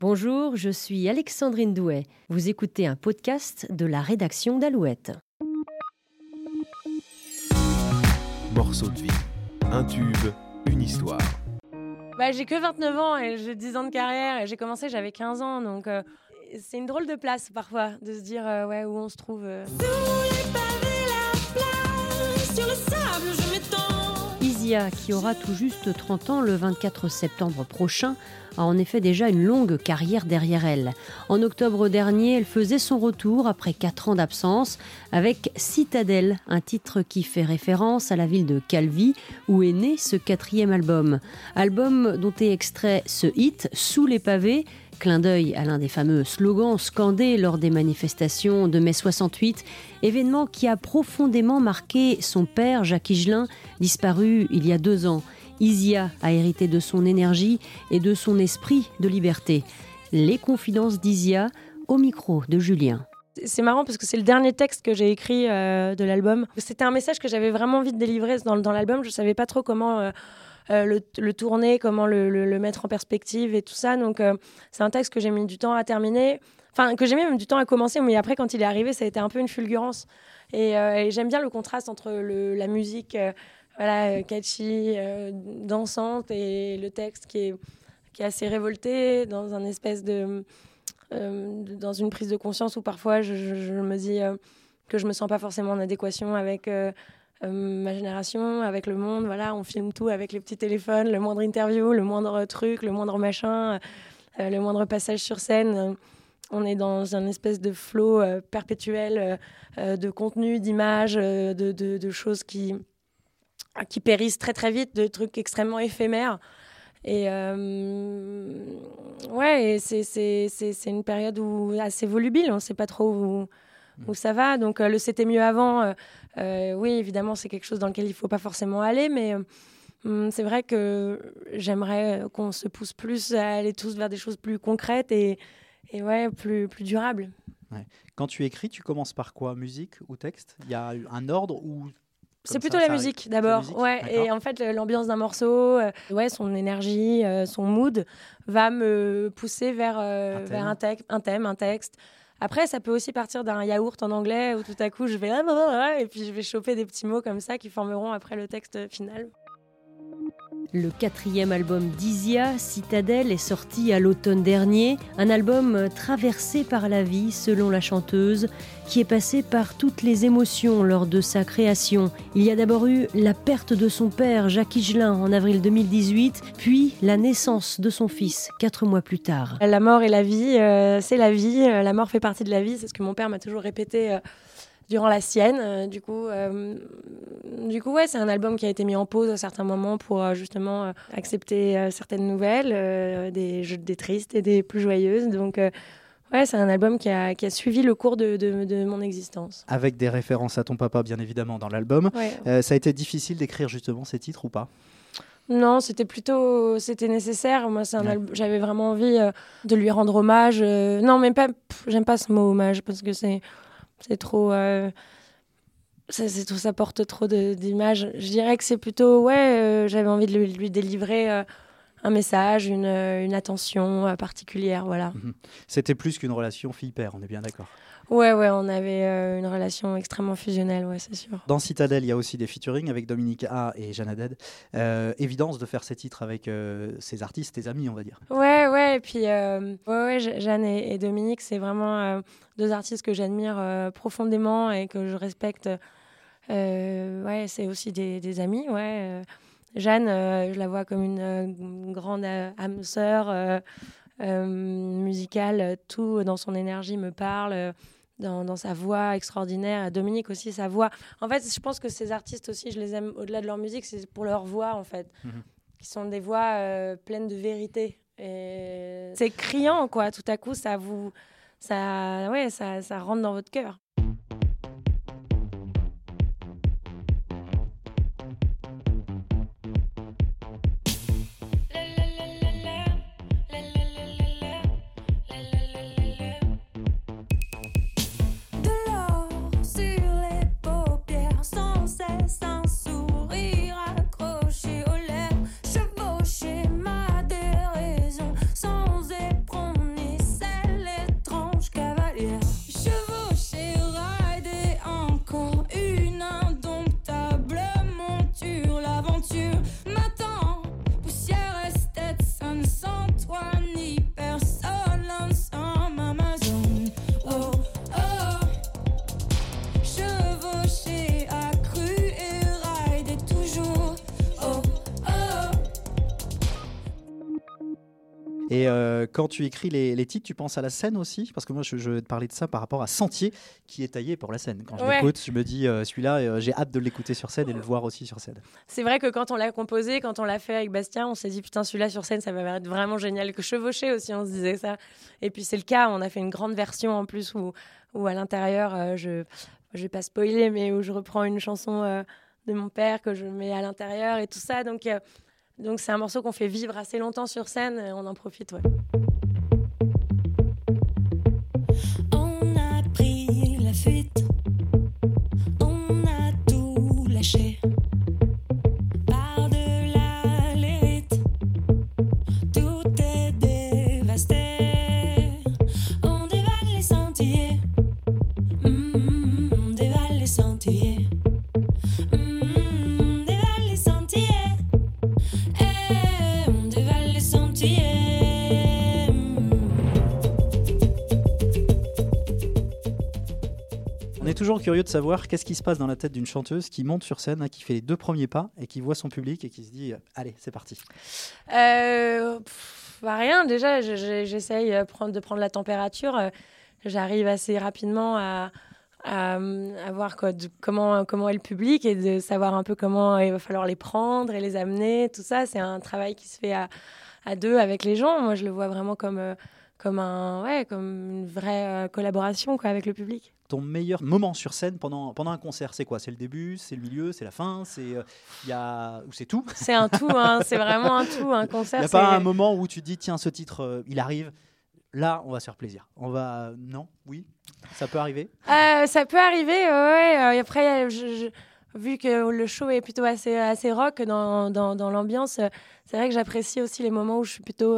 Bonjour, je suis Alexandrine Douet. Vous écoutez un podcast de la rédaction d'Alouette. Morceau de vie, un tube, une histoire. J'ai que 29 ans et j'ai 10 ans de carrière et j'ai commencé, j'avais 15 ans. Donc c'est une drôle de place parfois de se dire où on se trouve. Sous les pavés, la plage, sur le sable, je m'étends. Isia, qui aura tout juste 30 ans le 24 septembre prochain, a en effet déjà une longue carrière derrière elle. En octobre dernier, elle faisait son retour après 4 ans d'absence avec Citadelle, un titre qui fait référence à la ville de Calvi où est né ce 4e album. Album dont est extrait ce hit, Sous les pavés, clin d'œil à l'un des fameux slogans scandés lors des manifestations de mai 68, événement qui a profondément marqué son père Jacques Higelin, disparu il y a 2 ans. Isia a hérité de son énergie et de son esprit de liberté. Les confidences d'Isia au micro de Julien. C'est marrant parce que c'est le dernier texte que j'ai écrit de l'album. C'était un message que j'avais vraiment envie de délivrer dans l'album. Je ne savais pas trop comment le tourner, comment le mettre en perspective et tout ça. Donc c'est un texte que j'ai mis du temps à terminer. Enfin, que j'ai mis même du temps à commencer, mais après, quand il est arrivé, ça a été un peu une fulgurance. Et j'aime bien le contraste entre la musique catchy, dansante, et le texte qui est assez révolté, dans un espèce dans une prise de conscience où parfois je me dis que je me sens pas forcément en adéquation avec ma génération, avec le monde. Voilà, on filme tout avec les petits téléphones, le moindre interview, le moindre truc, le moindre machin, le moindre passage sur scène. On est dans un espèce de flow perpétuel de contenu, d'images, de choses qui périssent très très vite, de trucs extrêmement éphémères. Et c'est une période assez volubile, on ne sait pas trop où ça va. Donc le c'était mieux avant, oui évidemment c'est quelque chose dans lequel il ne faut pas forcément aller, mais c'est vrai que j'aimerais qu'on se pousse plus à aller tous vers des choses plus concrètes et plus durables. Ouais. Quand tu écris, tu commences par quoi? Musique ou texte? Il y a un ordre ou... C'est plutôt la musique d'abord, et en fait l'ambiance d'un morceau, son énergie, son mood va me pousser vers un thème, un texte. Après ça peut aussi partir d'un yaourt en anglais où tout à coup je vais et puis je vais choper des petits mots comme ça qui formeront après le texte final. Le 4e album d'Isia, Citadelle, est sorti à l'automne dernier. Un album traversé par la vie, selon la chanteuse, qui est passée par toutes les émotions lors de sa création. Il y a d'abord eu la perte de son père, Jacques Higelin, en avril 2018, puis la naissance de son fils, 4 mois plus tard. La mort et la vie, c'est la vie. La mort fait partie de la vie, c'est ce que mon père m'a toujours répété durant la sienne. Du coup, c'est un album qui a été mis en pause à certains moments pour justement accepter certaines nouvelles, des tristes et des plus joyeuses. Donc, c'est un album qui a suivi le cours de mon existence. Avec des références à ton papa, bien évidemment, dans l'album. Ouais. Ça a été difficile d'écrire justement ces titres ou pas? Non, c'était nécessaire. Moi, j'avais vraiment envie de lui rendre hommage. Non, mais pas. J'aime pas ce mot hommage parce que c'est trop. Ça porte trop d'images. Je dirais que c'est plutôt. J'avais envie de lui délivrer un message, une attention particulière. Voilà. C'était plus qu'une relation fille-père, on est bien d'accord. Ouais, on avait une relation extrêmement fusionnelle, c'est sûr. Dans Citadelle, il y a aussi des featuring avec Dominique A et Jeanne Haddad. Évidence de faire ces titres avec ces artistes, tes amis, on va dire. Ouais, et puis Jeanne et Dominique, c'est vraiment 2 artistes que j'admire profondément et que je respecte. C'est aussi des amis, Jeanne, je la vois comme une grande âme sœur musicale. Tout dans son énergie me parle. Dans sa voix extraordinaire. Dominique aussi, sa voix. En fait, je pense que ces artistes aussi, je les aime au-delà de leur musique, c'est pour leur voix, en fait. Qui sont des voix pleines de vérité. Et c'est criant, quoi. Tout à coup, ça rentre dans votre cœur. Sans éperon quand tu écris les titres, tu penses à la scène aussi? Parce que moi, je vais te parler de ça par rapport à Sentier, qui est taillé pour la scène. Quand je l'écoute, je me dis, celui-là, j'ai hâte de l'écouter sur scène et de le voir aussi sur scène. C'est vrai que quand on l'a composé, quand on l'a fait avec Bastien, on s'est dit putain, celui-là sur scène, ça va être vraiment génial. Que chevaucher aussi, on se disait ça. Et puis c'est le cas, on a fait une grande version en plus où à l'intérieur, je vais pas spoiler, mais où je reprends une chanson de mon père que je mets à l'intérieur et tout ça. Donc c'est un morceau qu'on fait vivre assez longtemps sur scène, et on en profite, ouais. On a pris la fuite, on a tout lâché. Par-delà les rites, tout est dévasté. On dévale les sentiers, on dévale les sentiers. On dévale les sentiers, on dévale les sentiers. On est toujours curieux de savoir qu'est-ce qui se passe dans la tête d'une chanteuse qui monte sur scène, qui fait les 2 premiers pas et qui voit son public et qui se dit allez, c'est parti. Rien, déjà, j'essaye de prendre la température. J'arrive assez rapidement à voir comment est le public et de savoir un peu comment il va falloir les prendre et les amener. Tout ça, c'est un travail qui se fait à deux avec les gens. Moi, je le vois vraiment comme une vraie collaboration avec le public. Ton meilleur moment sur scène pendant un concert, c'est quoi? C'est le début, c'est le milieu, c'est la fin, ou c'est tout? C'est un tout, hein, c'est vraiment un tout. Un concert, Il n'y a pas un moment où tu te dis tiens, ce titre, il arrive, là, on va se faire plaisir. Non? Oui? Ça peut arriver? Ça peut arriver, ouais. Après, vu que le show est plutôt assez rock dans l'ambiance, c'est vrai que j'apprécie aussi les moments où je suis plutôt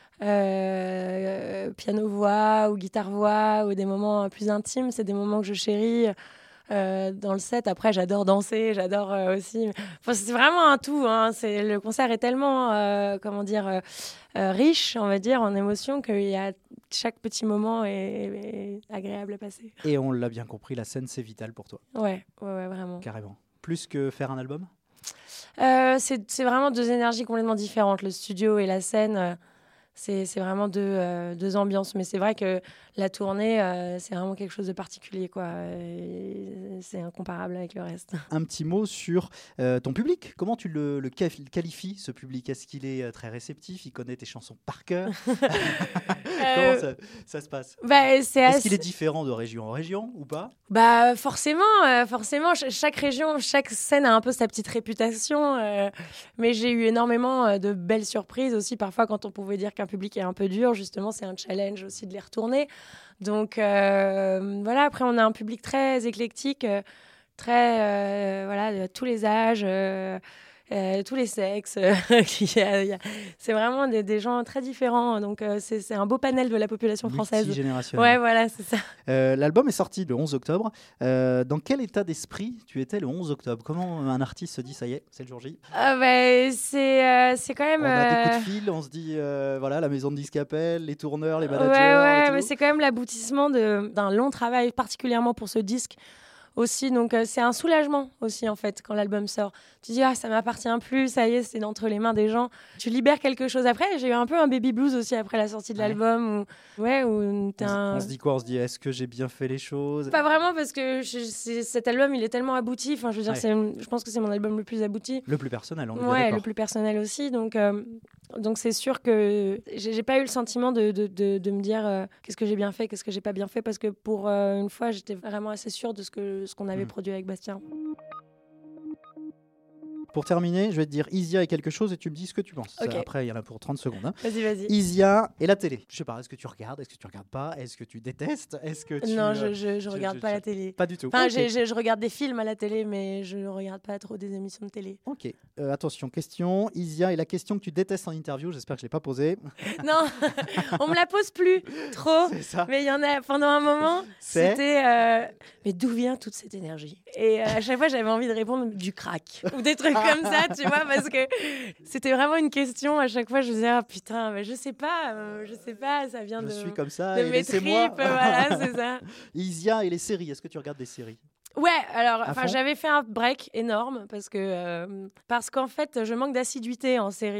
piano-voix ou guitare-voix, ou des moments plus intimes. C'est des moments que je chéris dans le set. Après, j'adore danser, j'adore aussi. Enfin, c'est vraiment un tout, hein. Le concert est tellement, riche, on va dire, en émotions, chaque petit moment est agréable à passer. Et on l'a bien compris, la scène, c'est vital pour toi. Ouais, vraiment. Carrément. Plus que faire un album? C'est vraiment 2 énergies complètement différentes. Le studio et la scène, c'est vraiment 2 ambiances. Mais c'est vrai que la tournée, c'est vraiment quelque chose de particulier, quoi. Et c'est incomparable avec le reste. Un petit mot sur ton public. Comment tu le qualifies, ce public? Est-ce qu'il est très réceptif? Il connaît tes chansons par cœur? Comment ça se passe? Est-ce qu'il est différent de région en région ou pas? Forcément. Chaque région, chaque scène a un peu sa petite réputation. Mais j'ai eu énormément de belles surprises aussi. Parfois, quand on pouvait dire qu'un public est un peu dur, justement, c'est un challenge aussi de les retourner. Donc, voilà. Après, on a un public très éclectique, de tous les âges, tous les sexes. C'est vraiment des gens très différents. Donc, c'est un beau panel de la population française. Multigénérationnel. Ouais, voilà, c'est ça. L'album est sorti le 11 octobre. Dans quel état d'esprit tu étais le 11 octobre? Comment un artiste se dit ça y est, c'est le jour J? C'est quand même. On a des coups de fil, on se dit la maison de disques appelle, les tourneurs, les managers. Ouais, mais c'est quand même l'aboutissement d'un long travail, particulièrement pour ce disque aussi. Donc c'est un soulagement aussi, en fait, quand l'album sort. Tu dis ça m'appartient plus, ça y est, c'est entre les mains des gens. Tu libères quelque chose. Après, j'ai eu un peu un baby blues aussi après la sortie de l'album. On se dit quoi? On se dit est-ce que j'ai bien fait les choses? Pas vraiment, parce que cet album, il est tellement abouti. Enfin, je veux dire, je pense que c'est mon album le plus abouti. Le plus personnel, on est bien d'accord. Le plus personnel aussi. Donc c'est sûr que j'ai pas eu le sentiment de me dire qu'est-ce que j'ai bien fait, qu'est-ce que j'ai pas bien fait, parce que pour une fois, j'étais vraiment assez sûre de ce qu'on avait produit avec Bastien. Pour terminer, je vais te dire Isia et quelque chose et tu me dis ce que tu penses. Okay. Après, il y en a pour 30 secondes. Hein. Vas-y. Isia et la télé. Je sais pas, est-ce que tu regardes? Est-ce que tu regardes pas? Est-ce que tu détestes? Est-ce que tu... Non, je regarde pas la télé. Pas du tout. Enfin, okay. je regarde des films à la télé, mais je ne regarde pas trop des émissions de télé. Ok. Attention, question. Isia, et la question que tu détestes en interview, j'espère que je ne l'ai pas posée. Non, on me la pose plus trop. C'est ça. Mais il y en a pendant un moment. C'était mais d'où vient toute cette énergie? Et à chaque fois, j'avais envie de répondre du crack ou des trucs comme ça, tu vois, parce que c'était vraiment une question. À chaque fois, je me disais putain, mais je sais pas, ça vient je suis comme ça, de et mes tripes, voilà, c'est ça. Isia et les séries, est-ce que tu regardes des séries? Ouais, alors j'avais fait un break énorme parce qu'en fait je manque d'assiduité en série.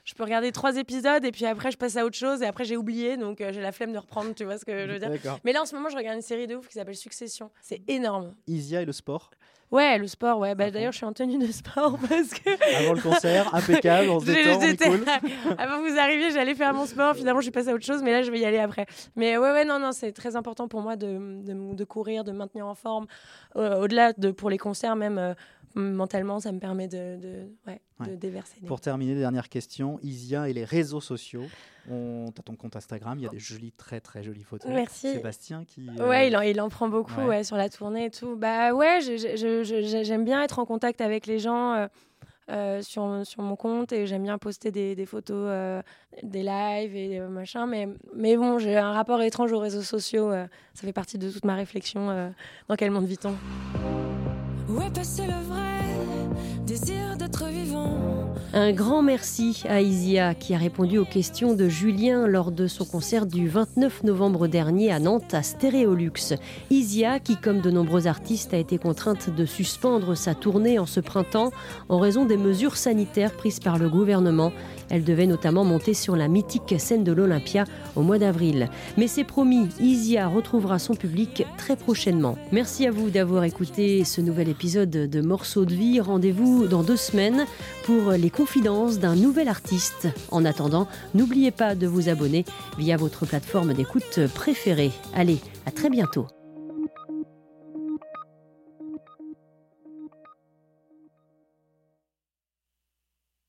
je peux regarder 3 épisodes et puis après, je passe à autre chose et après, j'ai oublié. Donc, j'ai la flemme de reprendre, tu vois ce que je veux dire. D'accord. Mais là, en ce moment, je regarde une série de ouf qui s'appelle Succession. C'est énorme. Isia et le sport. Ouais, le sport, ouais. D'ailleurs, je suis en tenue de sport parce que... Avant le concert, impeccable, on se détend, on est cool. Avant que vous arriviez, j'allais faire mon sport. Finalement, je suis passée à autre chose, mais là, je vais y aller après. Mais ouais, non, c'est très important pour moi de courir, de me maintenir en forme. Au-delà pour les concerts, même mentalement, ça me permet de déverser. Pour terminer, dernière question. Isia et les réseaux sociaux. T'as ton compte Instagram, il y a des très très jolies photos. Merci. Sébastien qui... Ouais, il en prend beaucoup sur la tournée et tout. Bah ouais, j'aime bien être en contact avec les gens sur mon compte et j'aime bien poster des photos, des lives et machin. Mais bon, j'ai un rapport étrange aux réseaux sociaux. Ça fait partie de toute ma réflexion. Dans quel monde vit-on ? Où est passé le vrai désir d'être vivant? Un grand merci à Isia qui a répondu aux questions de Julien lors de son concert du 29 novembre dernier à Nantes à Stéréolux. Isia qui, comme de nombreux artistes, a été contrainte de suspendre sa tournée en ce printemps en raison des mesures sanitaires prises par le gouvernement. Elle devait notamment monter sur la mythique scène de l'Olympia au mois d'avril. Mais c'est promis, Isia retrouvera son public très prochainement. Merci à vous d'avoir écouté ce nouvel épisode de Morceaux de vie. Rendez-vous dans 2 semaines pour les confidences d'un nouvel artiste. En attendant, n'oubliez pas de vous abonner via votre plateforme d'écoute préférée. Allez, à très bientôt.